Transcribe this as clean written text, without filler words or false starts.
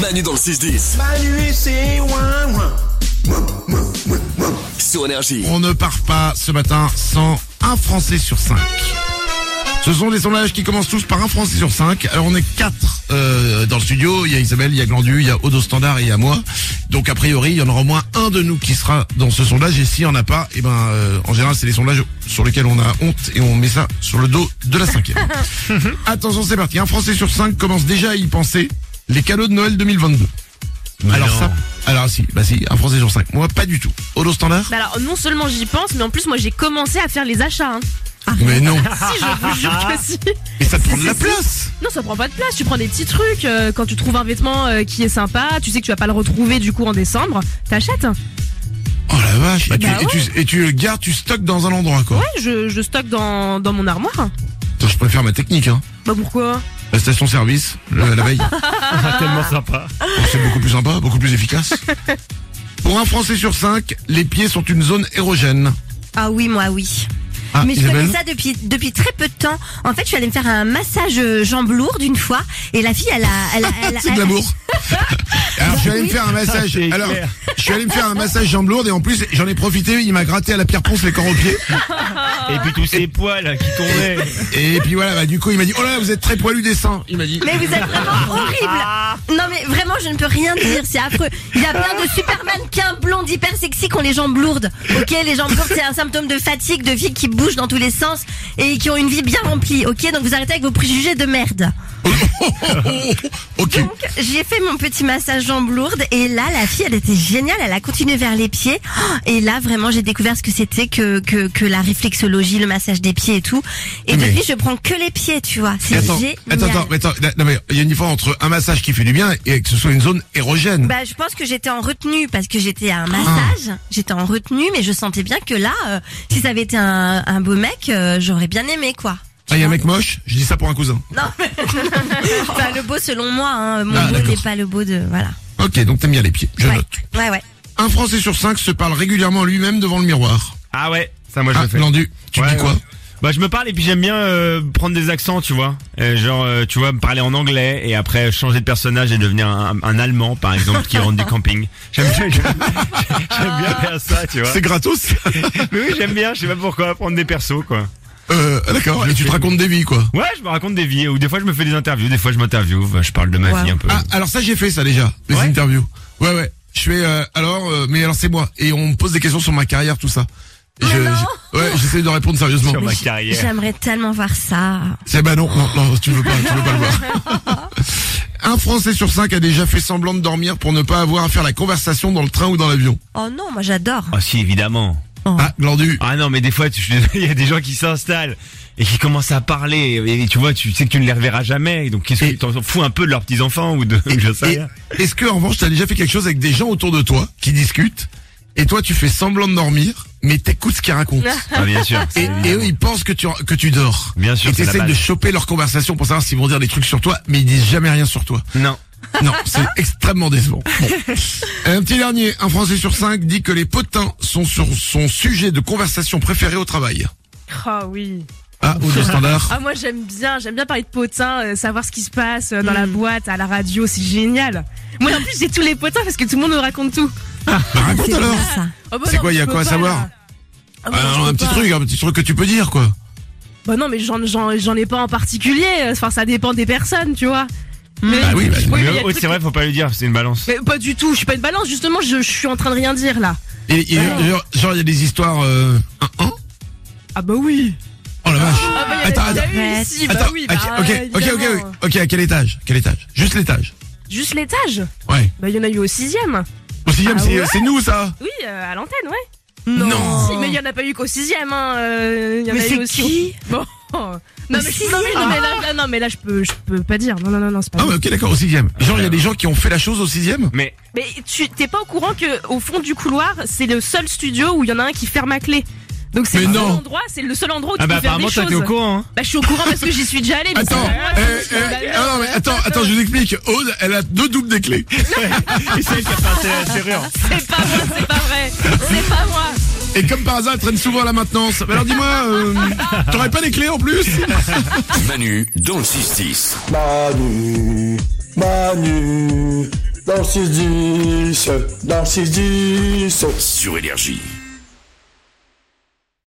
Manu dans le 6-10. Manu et c'est ouin. Sur Énergie. On ne part pas ce matin sans un Français sur 5. Ce sont des sondages qui commencent tous par un Français sur 5. Alors on est 4 dans le studio. Il y a Isabelle, il y a Glandu, il y a Odo Standard et il y a moi. Donc a priori, il y en aura au moins un de nous qui sera dans ce sondage. Et s'il n'y en a pas, en général, c'est des sondages sur lesquels on a honte et on met ça sur le dos de la 5e. Attention, c'est parti. Un Français sur 5 commence déjà à y penser. Les cadeaux de Noël 2022. Alors si, un Français sur 5. Moi, pas du tout. Odo Standard? Bah alors, non seulement j'y pense, mais en plus, moi, j'ai commencé à faire les achats. Hein. Mais non. Si, je vous jure que si. Et ça te prend de la place. Non, ça prend pas de place. Tu prends des petits trucs. Quand tu trouves un vêtement qui est sympa, tu sais que tu vas pas le retrouver du coup en décembre, t'achètes. Oh la vache. Ouais. Tu le gardes, tu stockes dans un endroit, quoi. Ouais, je stocke dans mon armoire. Attends, je préfère ma technique, hein. Bah pourquoi? La station-service, la veille. Tellement sympa. C'est beaucoup plus sympa, beaucoup plus efficace. Pour un Français sur 5, les pieds sont une zone érogène. Ah oui, moi oui. Ah, Mais je Isabelle? connais ça depuis très peu de temps. En fait, je suis allée me faire un massage jambes lourdes une fois et la fille, elle a C'est de l'amour. Alors, je suis allé me faire un massage. C'est Alors, clair. je suis allé me faire un massage jambes lourdes et en plus, j'en ai profité, il m'a gratté à la pierre ponce les corps aux pieds. Et puis tous ces poils là, qui tombaient. Et puis voilà, du coup, il m'a dit, oh là, vous êtes très poilu des seins. Il m'a dit. Mais vous êtes vraiment horrible. Non mais vraiment, je ne peux rien dire, c'est affreux. Il y a plein de super mannequins blondes hyper sexy qui ont les jambes lourdes. Ok, les jambes lourdes, c'est un symptôme de fatigue, de filles qui bougent dans tous les sens et qui ont une vie bien remplie. Ok, donc vous arrêtez avec vos préjugés de merde. Ok. Donc j'ai fait mon petit massage jambes lourdes et là la fille elle était géniale, elle a continué vers les pieds et là vraiment j'ai découvert ce que c'était que la réflexologie, le massage des pieds et tout. Et Mais- depuis je prends que les pieds, tu vois. C'est Attends, génial. non, mais il y a une différence entre un massage qui fait du bien et que ce soit une zone érogène. Bah, je pense que j'étais en retenue parce que j'étais à un massage. J'étais en retenue, mais je sentais bien que là, si ça avait été un beau mec, j'aurais bien aimé, quoi. Ah, il y a un mec moche, je dis ça pour un cousin. Non, mais... enfin, le beau selon moi, hein. Mon Ah, beau d'accord. n'est pas le beau de, voilà. Ok, donc t'aimes bien les pieds, je Ouais. note. Ouais. Un Français sur 5 se parle régulièrement lui-même devant le miroir. Ah ouais, ça moi je Ah, le fais. Glandu, tu Ouais, dis quoi? ouais. Bah je me parle et puis j'aime bien prendre des accents, tu vois. Tu vois, me parler en anglais et après changer de personnage et devenir un Allemand par exemple qui rentre du camping. J'aime bien faire ça, tu vois. C'est gratos. Mais oui, j'aime bien, je sais pas pourquoi, prendre des persos quoi. D'accord, et tu te racontes des vies, quoi. Ouais, je me raconte des vies ou des fois je me fais des interviews, des fois je m'interviewe, je parle de ma vie un peu. Ah, alors ça, j'ai fait ça déjà, les Ouais. interviews. Ouais. Je fais, mais alors c'est moi. Et on me pose des questions sur ma carrière, tout ça. Et j'essaie de répondre sérieusement. Sur ma carrière. J'aimerais tellement voir ça. C'est non, tu veux pas le voir. Un Français sur 5 a déjà fait semblant de dormir pour ne pas avoir à faire la conversation dans le train ou dans l'avion. Oh non, moi j'adore. Ah si, évidemment. Ah, Glandu. Ah non, mais des fois, il y a des gens qui s'installent et qui commencent à parler et tu vois, tu sais que tu ne les reverras jamais. Donc qu'est-ce que tu t'en fous un peu de leurs petits enfants ou de je sais rien. Est-ce que en revanche, t'as déjà fait quelque chose avec des gens autour de toi qui discutent et toi tu fais semblant de dormir, mais t'écoutes ce qu'ils racontent. Ah bien sûr. Et eux, ils pensent que tu dors. Bien sûr, Et c'est la t'essayes de base. choper leur conversation pour savoir s'ils vont dire des trucs sur toi, mais ils disent jamais rien sur toi. Non. Non, c'est extrêmement décevant. Bon. Un petit dernier, un Français sur 5 dit que les potins sont sur son sujet de conversation préféré au travail. Ah oui. Ah, ou de standard. Ah moi j'aime bien parler de potins, savoir ce qui se passe dans la boîte, à la radio, c'est génial. Moi en plus j'ai tous les potins parce que tout le monde me raconte tout. Bah, raconte alors. Ça. Oh, bah C'est non, quoi, il y a je peux quoi à pas, savoir? là. Ah, bah, Ah, je non, peux un petit pas. truc que tu peux dire, quoi. Bah non mais j'en ai pas en particulier, enfin ça dépend des personnes, tu vois. Mais, Bah oui, bah, mais Mais il y a des c'est trucs- vrai, faut pas le dire, c'est une balance. Mais pas du tout, je suis pas une balance, justement je suis en train de rien dire là. Et genre, il y a des histoires, Ah bah oui. Oh la vache. Ah bah Attends, il y a attends. eu ici, bah Attends, oui. ok, à quel étage? Juste l'étage. Juste l'étage. Ouais. Bah il y en a eu au 6ème. Au 6ème, Ah ouais c'est nous, ça? Oui, à l'antenne, ouais. Non. Si, mais il y en a pas eu qu'au 6ème, hein. Il y en Mais a eu c'est aussi. qui Bon. Non mais là je peux pas dire. Non, c'est pas. Ah vrai. ouais, ok, d'accord, au 6ème. Genre, il y a des gens qui ont fait la chose au 6ème? Mais Mais tu t'es pas au courant que au fond du couloir, c'est le seul studio où il y en a un qui ferme à clé. Donc c'est Mais le seul non. endroit, c'est le seul endroit où tu ah bah peux faire des apparemment toi choses. t'es au courant hein. Bah je suis au courant parce que j'y suis déjà allé. Mais Attends, c'est pas moi, attends, je vous explique. Aude, elle a 2 doubles des clés. Et c'est elle qui a passé la serrure. c'est pas moi, c'est pas vrai. C'est pas moi. Et comme par hasard, elle traîne souvent à la maintenance. Alors dis-moi, t'aurais pas des clés en plus? Manu dans le 6-10. Manu, dans le 6-10, dans le 6-10. Sur Énergie.